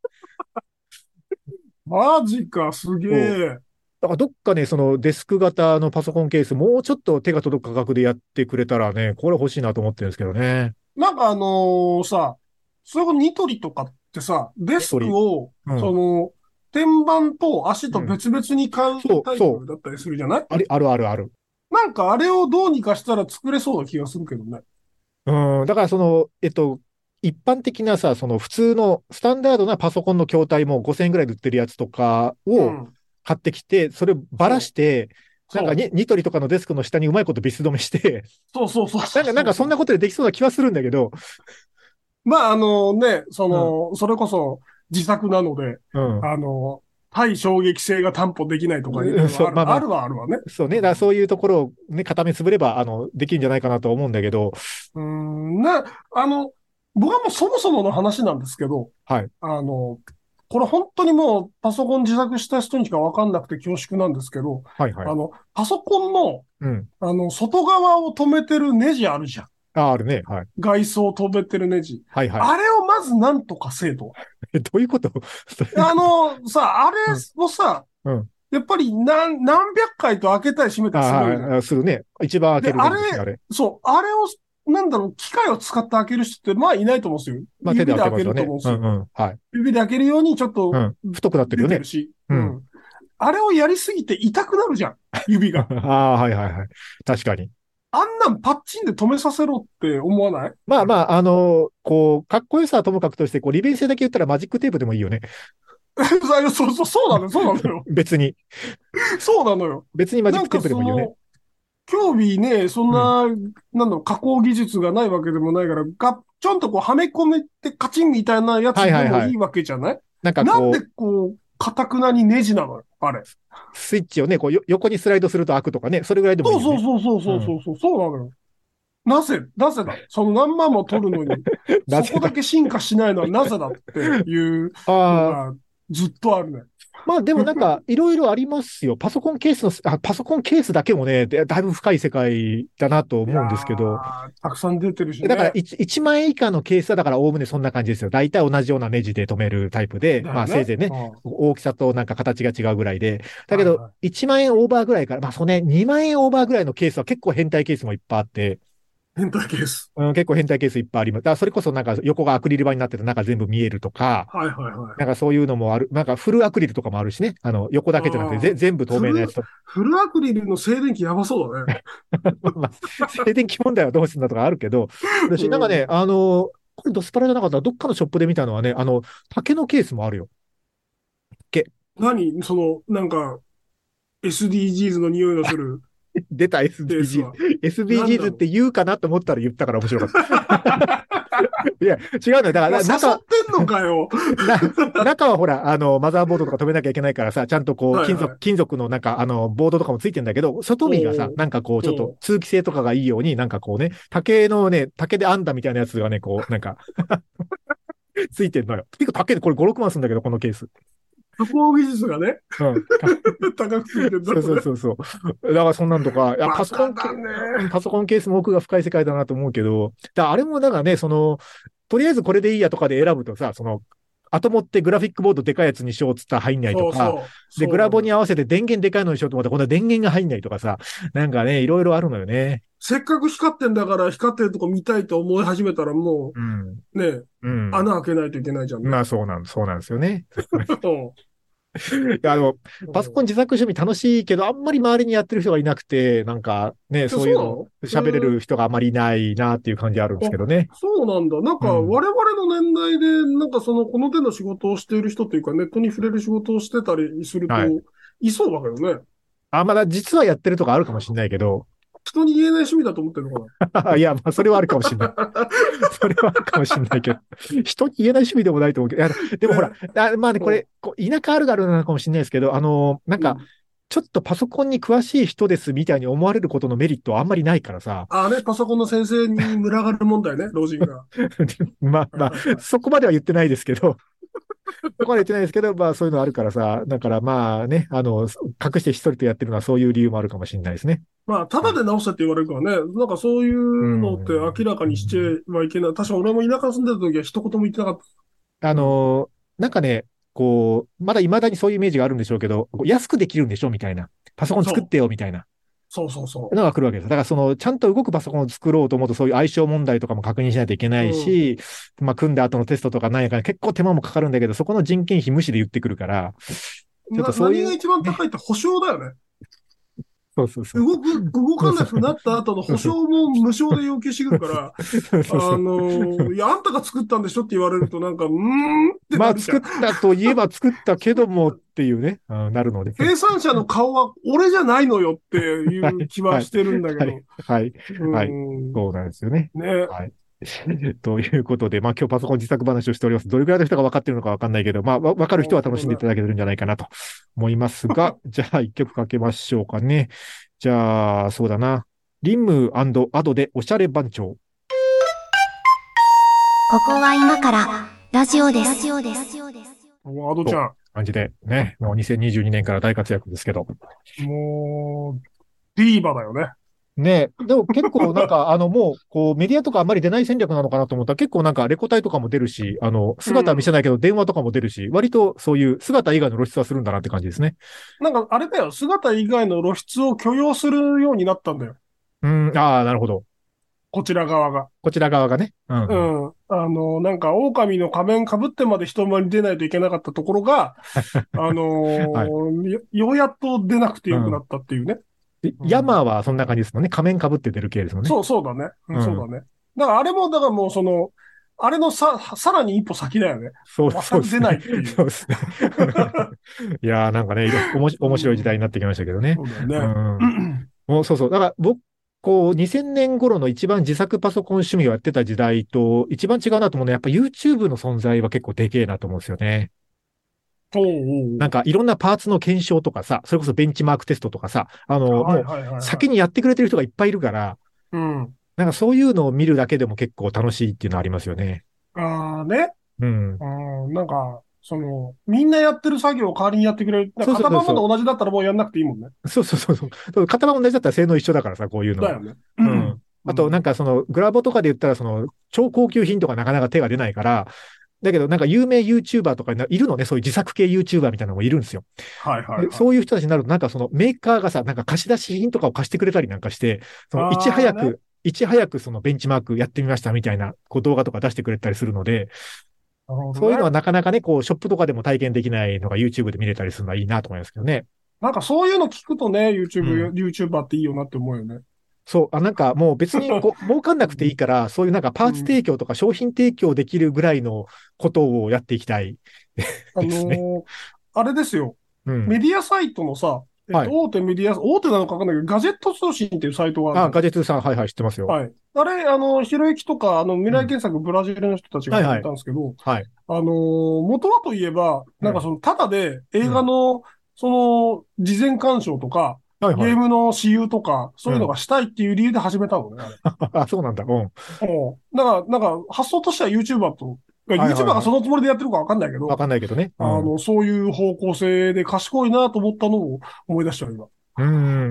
マジか、すげえ。 だからどっかね、そのデスク型のパソコンケース、もうちょっと手が届く価格でやってくれたらね、これ欲しいなと思ってるんですけどね。 なんかあのー、さ、それこそニトリとかってさ、デスクを、うん、その、天板と足と別々に買うタイプだったりするじゃない？ あれ、あるあるある。 なんかあれをどうにかしたら作れそうな気がするけどね。 うん、だからその、えっと、一般的なさ、その普通のスタンダードなパソコンの筐体もごせんえんぐらいで売ってるやつとかを買ってきて、うん、それをばらして、なんかニニトリとかのデスクの下にうまいことビス止めして、 そうそうそうなんか、なんかそんなことでできそうな気はするんだけど。 まああのね、その、うん、それこそ自作なので、うん、あの、対衝撃性が担保できないとかいうのはある、まあまあ、あるはあるわね。 そうね。だからそういうところをね、固めつぶれば、あの、できるんじゃないかなと思うんだけど。 うん、な、あの、僕はもうそもそもの話なんですけど、 はい。 あの、これ本当にもうパソコン自作した人にしかわかんなくて恐縮なんですけど、 はいはい。 あの、パソコンの、 うん、 あの、外側を止めてるネジあるじゃん。 あ、あるね。はい。 外装を止めてるネジ。 はいはい。 あれをまずなんとかせえと。 え、どういうことあの、さ、あれをさ、うんうん、やっぱり何、何百回と開けたり閉めたりするじゃん。 するね。一番開けるネジ。あれ、あれそう、あれをなんだろう、機械を使って開ける人って、まあいないと思うんですよ。 まあ手で開けますよね。 指で開けると思うんですよ。 うんうん。はい。 指で開けるようにちょっと、 うん。太くなってるよね。 出てるし。うん。あれをやりすぎて痛くなるじゃん。指が。 ああ、はいはいはい。確かに。 あんなんパッチンで止めさせろって思わない？ まあまあ、あの、こう、かっこよさはともかくとして、こう、利便性だけ言ったらマジックテープでもいいよね。 そうそう、そうなのよ、そうなのよ。 別に。 そうなのよ。 別にマジックテープでもいいよね。 興味ね、そんな、うん、なんだろう、加工技術がないわけでもないから、が、ちょんとこう、はめ込めてカチンみたいなやつでもいいわけじゃない？はいはいはい、なんかこう。なんでこう、かたくなにネジなのよ、あれ。 スイッチをね、こう、横にスライドすると開くとかね、それぐらいでもいいよね。 そうそうそうそうそうそう、うん、そうなのよ。なぜ、なぜだその何万も取るのに、そこだけ進化しないのはなぜだっていうのがずっとあるね。 まあでもなんか、いろいろありますよ。パソコンケースの、あ、パソコンケースだけもね、だいぶ深い世界だなと思うんですけど。 たくさん出てるしね。 だから 1, いちまん円以下のケースは、だからおおむねそんな感じですよ。大体同じようなネジで止めるタイプで、ね、まあせいぜいね、うん、大きさとなんか形が違うぐらいで。だけど、はいはい、いちまん円オーバーぐらいから、まあそうね、にまん円オーバーぐらいのケースは結構変態ケースもいっぱいあって。 変態ケース。 うん、結構変態ケースいっぱいあります。だからそれこそなんか横がアクリル板になってて中全部見えるとか、 はいはいはい。 なんかそういうのもある。なんかフルアクリルとかもあるしね。あの、横だけじゃなくて全部透明なやつと。 フルアクリルの静電気やばそうだね。 まあ、静電気問題はどうするんだとかあるけど、私なんかね、あの、これドスパラじゃなかったらどっかのショップで見たのはね、あの、竹のケースもあるよ。 け。何その、なんか、エスディージーズ の匂いのする。 出た エスディージーズ。エスディージーズ って言うかなと思ったら言ったから面白かった。いや、違うのよ。だから、 中、誘ってんのかよ。 中はほら、あの、マザーボードとか止めなきゃいけないからさ、ちゃんとこう、金属、はいはい、金属のなんか、あの、ボードとかもついてんだけど、外見がさ、なんかこう、ちょっと通気性とかがいいように、なんかこうね、竹のね、竹で編んだみたいなやつがね、こう、なんか、ついてんのよ。結構竹でこれご、ろくまんするんだけど、このケース。 加工技術がね。うん。高くついてんだ、ね。 そうそうそうそう。だからそんなんとか、いやパソコン、ね、パソコンケースも奥が深い世界だなと思うけど、だあれもだからね、その、とりあえずこれでいいやとかで選ぶとさ、その、後持ってグラフィックボードでかいやつにしようっつったら入んないとか、そうそうで、グラボに合わせて電源でかいのにしようと思ったら、この電源が入んないとかさ、なんかね、いろいろあるのよね。 せっかく光ってんだから光ってるとこ見たいと思い始めたらもう、うん、ね、うん、穴開けないといけないじゃん、ね。 まあそうなん、そうなんですよね。いや、あの、パソコン自作趣味楽しいけど、あんまり周りにやってる人がいなくて、なんかね、そういうの喋れる人があんまりいないなっていう感じあるんですけどね。 そうなんだ。なんか、我々の年代で、なんかその、この手の仕事をしている人というか、ネットに触れる仕事をしてたりすると、はい、いそうだけどね。 あ、まだ実はやってるとかあるかもしれないけど。 人に言えない趣味だと思ってるのかな。いや、まあ、それはあるかもしれない。それはあるかもしれないけど。人に言えない趣味でもないと思うけど。いやでもほら、あまあね、これ、こう田舎あるあるなのかもしれないですけど、あの、なんか、うん、ちょっとパソコンに詳しい人ですみたいに思われることのメリットはあんまりないからさ。 ああね、パソコンの先生に群がる問題ね、老人が。 まあまあ、そこまでは言ってないですけど。そこまで言ってないですけど、まあそういうのあるからさ、だからまあね、あの、隠してひっそりとやってるのはそういう理由もあるかもしれないですね。 まあ、ただで直せって言われるからね、なんかそういうのって明らかにしちゃはいけない。確か俺も田舎住んでた時は一言も言ってなかった。 あの、なんかね、こう、まだ未だにそういうイメージがあるんでしょうけど、安くできるんでしょみたいな。パソコン作ってよみたいな。 そうそうそう。 のが来るわけです。だからその、ちゃんと動くパソコンを作ろうと思うと、そういう相性問題とかも確認しないといけないし、うん、まあ、組んだ後のテストとかなんやかんや結構手間もかかるんだけど、そこの人件費無視で言ってくるから、 ちょっとそういう。何が一番高いって保証だよね。 そうそうそう。 動く、動かなくなった後の保証も無償で要求してくるから、そうそうそうあの、いや、あんたが作ったんでしょって言われるとなんか、うーんってなるじゃん。まあ、作ったといえば作ったけどもっていうね、うん、なるので。 生産者の顔は俺じゃないのよっていう気はしてるんだけど。はい。 はい。はい、そうなんですよね。 ね。 はい。ということで、まあ今日パソコン自作話をしております。どれくらいの人が分かっているのか分かんないけど、まあ分かる人は楽しんでいただけるんじゃないかなと思いますが、じゃあ一曲かけましょうかね。じゃあ、そうだな。リンムアドでおしゃれ番長。 ここは今からラジオです。ラジオです。 アドちゃん。 感じでね、もうにせんにじゅうにねんから大活躍ですけど。 もう、ディーバだよね。 ねえ。でも結構なんか、あの、もう、こう、メディアとかあんまり出ない戦略なのかなと思ったら、結構なんか、レコ大とかも出るし、あの、姿は見せないけど、電話とかも出るし、うん、割とそういう姿以外の露出はするんだなって感じですね。 なんか、あれだよ、姿以外の露出を許容するようになったんだよ。 うん、ああ、なるほど。 こちら側が。 こちら側がね。うん。 うん。あの、なんか、狼の仮面被ってまで人前に出ないといけなかったところが、あのはい。 ーよようやっと出なくてよくなったっていうね。 でうんヤマーはそんな感じですもんね。仮面被って出る系ですもんね。 そう、そうだね。うん、 うん。 そうだね。だからあれも、だからもうその、あれのさ、さらに一歩先だよね。 そう、そう全く出ですね。 ないっていう。 そうですね。いやーなんかね、いろおもし面白い時代になってきましたけどね。 そうだようね。 ん。もうそうそう。だから僕、こう、にせんねん頃の一番自作パソコン趣味をやってた時代と一番違うなと思うのは、やっぱ YouTube の存在は結構でけえなと思うんですよね。 おうおうなんかいろんなパーツの検証とかさ、それこそベンチマークテストとかさ、あの、もうはいはいはいはい。 先にやってくれてる人がいっぱいいるから、 うん。 なんかそういうのを見るだけでも結構楽しいっていうのはありますよね。 ああね。 うん。 うん、なんか、その、みんなやってる作業を代わりにやってくれる。なんそうか片番までそうそうそ同じだったらもうやんなくていいもんね。 う。そうそうそうそう。型番同じだったら性能一緒だからさ、こういうのは。 だよね。ううん。 ん。 あと、なんかその、グラボとかで言ったら、その、超高級品とかなかなか手が出ないから、だけど、なんか有名 YouTuber とかいるのね、そういう自作系 YouTuber みたいなのもいるんですよ。 はいはいはい。 そういう人たちになると、なんかそのメーカーがさ、なんか貸し出し品とかを貸してくれたりなんかして、そのいちああね。 早く、いち早くそのベンチマークやってみましたみたいなこう動画とか出してくれたりするので、 なるほどね。 そういうのはなかなかね、こう、ショップとかでも体験できないのが YouTube で見れたりするのはいいなと思いますけどね。 なんかそういうの聞くとね、 う YouTube、 ん。 YouTuber っていいよなって思うよね。 そう、あ、なんかもう別にこう、儲かんなくていいから、そういうなんかパーツうん。 提供とか商品提供できるぐらいのことをやっていきたいあですね。 のーあれですよ。 うん。 メディアサイトのさ、えっと、 はい。 大手メディア、大手なのかわかんないけど、ガジェット通信っていうサイトがあるじあ、 ゃない。 ガジェツさん、はいはい、知ってますよ。 はい。あれ、あの、ひろゆきとか、あの、未うん。 来検索ブラジルの人たちが始めはいはい。 たんですけど、 はい。 あのー元はといえば、 うん。 なんかその、ただで映うん。 画の、その、事前鑑賞とか、 はいはい。 ゲームの私有とか、そういうのうん。 がしたいっていう理由で始めたのね、あれ。 あ、そうなんだ。うん。 おうだから、なんか、発想としては YouTuber と、 はいはい YouTuber がはい。 そのつもりでやってるかわかんないけわど、 かんないけどね。うん。 あの、そういう方向性で賢いなと思ったのを思い出したよ、今。 うん。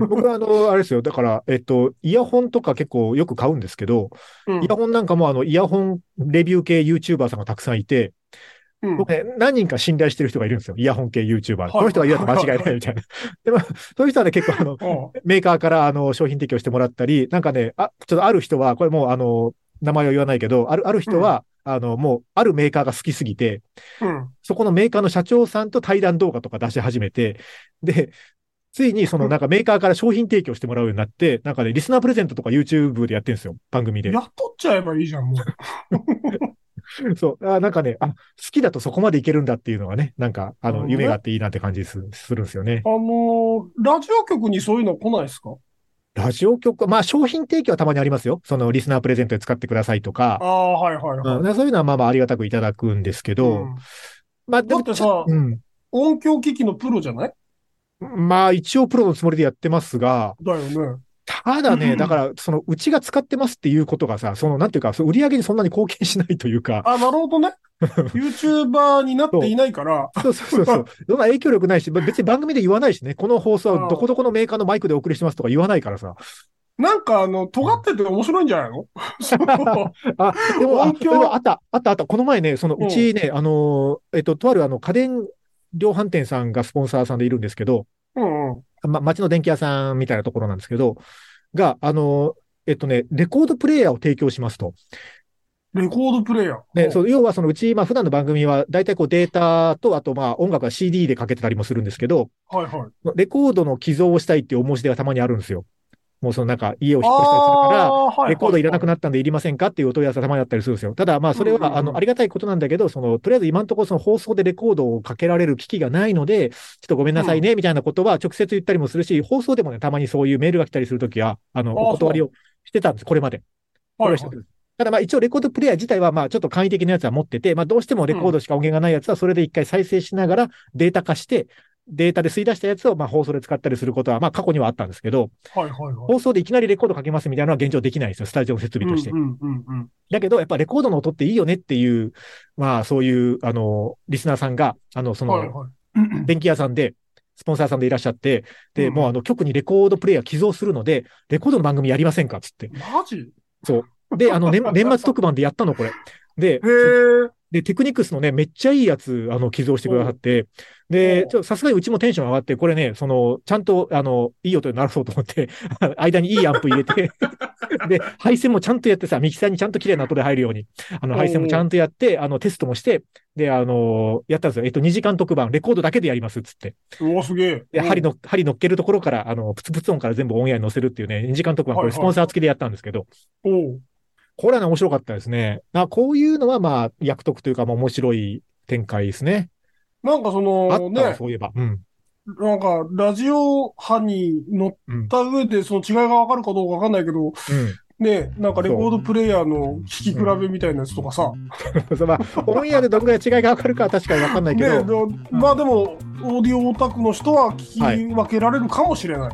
僕はあの、あれですよ。だから、えっと、イヤホンとか結構よく買うんですけど、 うん、 イヤホンなんかもあの、イヤホンレビュー系 YouTuber さんがたくさんいて、 うん。 僕ね、何人か信頼してる人がいるんですよ。イヤホン系 YouTuber。こはい、 の人が言うと間違いはい、はい、はい。 ないみたいな。でも、そういう人はね、結構あの、 おうメーカーからあの、商品提供してもらったり、なんかね、あ、ちょっとある人は、これもうあの、名前を言わないけど、ある、あるうん、 人は、あの、もう、あるメーカーが好きすぎて、 うん。 そこのメーカーの社長さんと対談動画とか出し始めて、で、ついにそのなんかメーカーから商品提供してもらうようになって、なんかね、リスナープレゼントとか YouTube でやってるんですよ。番組で。 やっとっちゃえばいいじゃん、もそう。あ、なんかね、あ、好きだとそこまでいけるんだっていうのがね、なんか、あう。なるの、 ほどね。 夢があっていいなって感じすするんですよね。 あのーラジオ局にそういうの来ないですか？ ラジオ局、まあ商品提供はたまにありますよ。そのリスナープレゼントで使ってくださいとか、 ああ、はいはいうん、 はい。 そういうのはまあまあありがたくいただくんですけど、 うん。 まあでもちょ、 だってさ、 うん。 音響機器のプロじゃない？ まあ一応プロのつもりでやってますが、 だよね。 ただね、だから、その、うちが使ってますっていうことがさ、その、なんていうか、その売り上げにそんなに貢献しないというか、 あ、なるほどね。YouTuber になっていそう、 ないから、 そうそうそうそう、そんな影響力ないし、別に番組で言わないしね、この放送はどこあどこのメーカーのマイクでお送りしてますとか言わないからさ。 なんかあの、尖ってて面白いんじゃないの？そのあ、でも、あ、でもあ音響、 った、あった、あった。この前ね、そのううん、 ちね、あのー、えっと、とあるあの、家電量販店さんがスポンサーさんでいるんですけど、 うん、うん。 ま、町の電気屋さんみたいなところなんですけど、が、あの、えっとね、レコードプレイヤーを提供しますと。 レコードプレイヤー。 ね、 ほそう、要はそのうち、まあ普段の番組は大体こうデータと、あとまあ音楽は シーディー でかけてたりもするんですけど、 うはいはい。 レコードの寄贈をしたいっていうお申し出がたまにあるんですよ。もうそのなんか家をあ引っ越したりするから、 あ、はいレコードいらなくはいはい。 なったんでいりませんかっていうお問い合わせがたまにあったりするんですよ。ただまあうんうそれはあのあんうん。 りがたいことなんだけど、そのとりあえず今のところその放送でレコードをかけられる機器がないので、ちょっとごめんなさいうん。 ねみたいなことは直接言ったりもするし、放送でもね、たまにそういうメールが来たりするときは、あの、おああ、 断りをそしてたんです、これまで。 う。はいはい。 これはしてたんです。ただまあ一応レコードプレイヤー自体はまあちょっと簡易的なやつは持ってて、まあどうしてもレうん。 コードしか音源がないやつはそれで一回再生しながらデータ化して、データで吸い出したやつをまあ放送で使ったりすることはまあ過去にはあったんですけど、 はいはいはい。 放送でいきなりレコードかけますみたいなのは現状できないんですよ、スタジオの設備として。 うんうんうんうん。 だけど、やっぱレコードの音っていいよねっていう、まあそういう、あの、リスナーさんが、あの、その、 はいはい。 電気屋さんで、スポンサーさんでいらっしゃって、で、もうあうん。 の、局にレコードプレイヤー寄贈するので、レコードの番組やりませんかつって。 マジ？ そう。で、あの、年、年末特番でやったの、これ。で、 へえ。 で、テクニックスのね、めっちゃいいやつ、あの、寄贈してくださって、で、ちょっとさすがにうちもテンション上がって、これね、その、ちゃんと、あの、いい音に鳴らそうと思って、間にいいアンプ入れて、で、配線もちゃんとやってさ、ミキサーにちゃんと綺麗な音で入るように、あの、配線もちゃんとやって、あの、テストもして、で、あの、やったんですよ。えっと、にじかん特番、レコードだけでやります、つって。 うわ、すげえ。 で、針の、針乗っけるところから、あの、プツプツ音から全部オンエアに載せるっていうね、にじかん特番、これスポンサー付きでやったんですけど、 はいはい、おこれはね、面白かったですね。あ、こういうのは、まあ、役得というか、まあ、面白い展開ですね。 なんかその、 あったわ、 ね、 そういえば。うん。 なんか、ラジオ波に乗った上で、その違いがわかるかどうかわかんないけど、うんね、なんかレコードプレイヤーの聴き比べみたいなやつとかさ。 うん、まあ、オンエアでどんぐらい違いがわかるかは確かにわかんないけど。 ね、まあでも、オーディオオタクの人は聞き分けられるかもしれない。はい、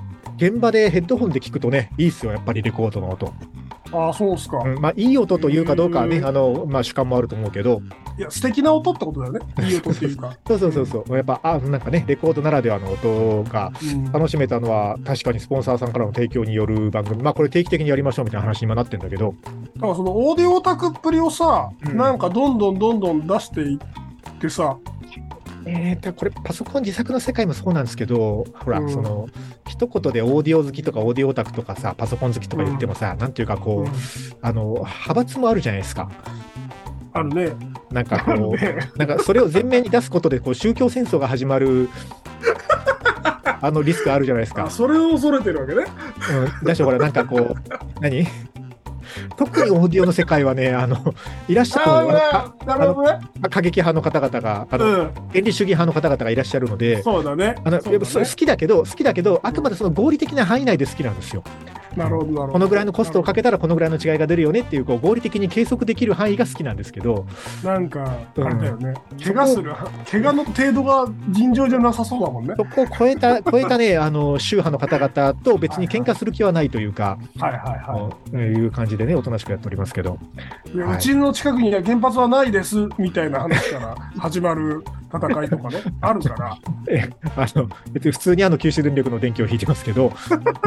現場でヘッドホンで聞くとね、いいっすよ、やっぱりレコードの音。 ああ、そうですか。 うん、まあ、いい音というかどうかはね、あの、まあ、主観もあると思うけど。 いや、素敵な音ってことだよね。いい音っていうか。 そうそうそうそう。やっぱ、あ、なんかね、レコードならではの音が楽しめたのは、うん、確かにスポンサーさんからの提供による番組。まあ、これ定期的にやりましょうみたいな話に今なってんだけど。 だからそのオーディオオタクっぷりをさ、うん、なんかどんどんどんどん出していってさ、 えーと、これパソコン自作の世界もそうなんですけど、ほら、うん、その一言でオーディオ好きとかオーディオオタクとかさ、パソコン好きとか言ってもさ、うん、なんていうかこう、うん、あの派閥もあるじゃないですか。 あるね。 なんかこう、ね、なんかそれを前面に出すことでこう宗教戦争が始まるあのリスクあるじゃないですか。 それを恐れてるわけね。 うん、だしほらなんかこう何？特にオーディオの世界はね、あの、いらっしゃるの、 なるほどね。 過激派の方々が、あの、うん、原理主義派の方々がいらっしゃるので、 そうだね。 あの、ね、好きだけど、好きだけど、あくまでその合理的な範囲内で好きなんですよ。 なるほど、なるほど。 このぐらいのコストをかけたらこのぐらいの違いが出るよねっていう、こう合理的に計測できる範囲が好きなんですけど。 なんか、あれだよね。うん、怪我する、怪我の程度が尋常じゃなさそうだもんね。 そこを超えた、超えたね、あの、宗派の方々と別に喧嘩する気はないというか、 はいはいはい。 いう感じでね、おとなしくやっておりますけど。 いや、はい、うちの近くには原発はないです、みたいな話から始まる戦いとかね、あるから。 え、あの、別に普通にあの九州電力の電気を引いてますけど。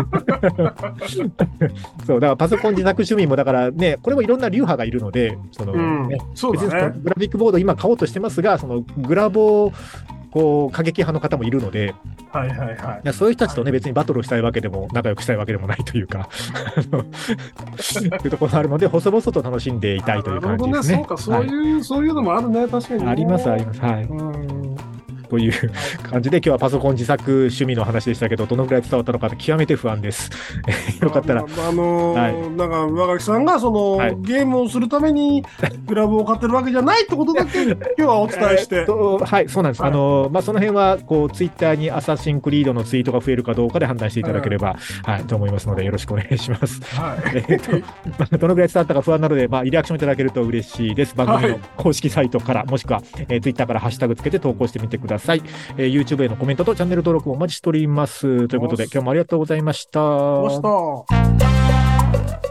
そう、だからパソコン自作趣味も、だからね、これもいろんな流派がいるので、その、 うんね、そうだね、 別にグラフィックボード今買おうとしてますが、そのグラボこう過激派の方もいるので、 はいはいはい、 いやそういう人たちとね、別にバトルをしたいわけでも仲良くしたいわけでもないというかというところがあるので、細々と楽しんでいたいという感じですね。 そうか、そういう、はい、そういうのもあるね、確かに、ね。 ありますあります。はい。うんという感じで今日はパソコン自作趣味の話でしたけど、どのくらい伝わったのか極めて不安です。よかったら。 あ、あのーはい、なんか上垣さんがその、はい、ゲームをするためにグラブを買ってるわけじゃないってことだけ今日はお伝えして。 はい、そうなんです。はい、あのー、まあ、その辺はこうツイッターにアサシンクリードのツイートが増えるかどうかで判断していただければ、はい、はい、と思いますのでよろしくお願いします。はい、えっと、まあ、どのくらい伝わったか不安なので、まあ、リアクションいただけると嬉しいです。番組の公式サイトから、もしくは、えー、ツイッターからハッシュタグつけて投稿してみてください。えー YouTube へのコメントとチャンネル登録をお待ちしております。ということで、今日もありがとうございました。 ありがとうございました。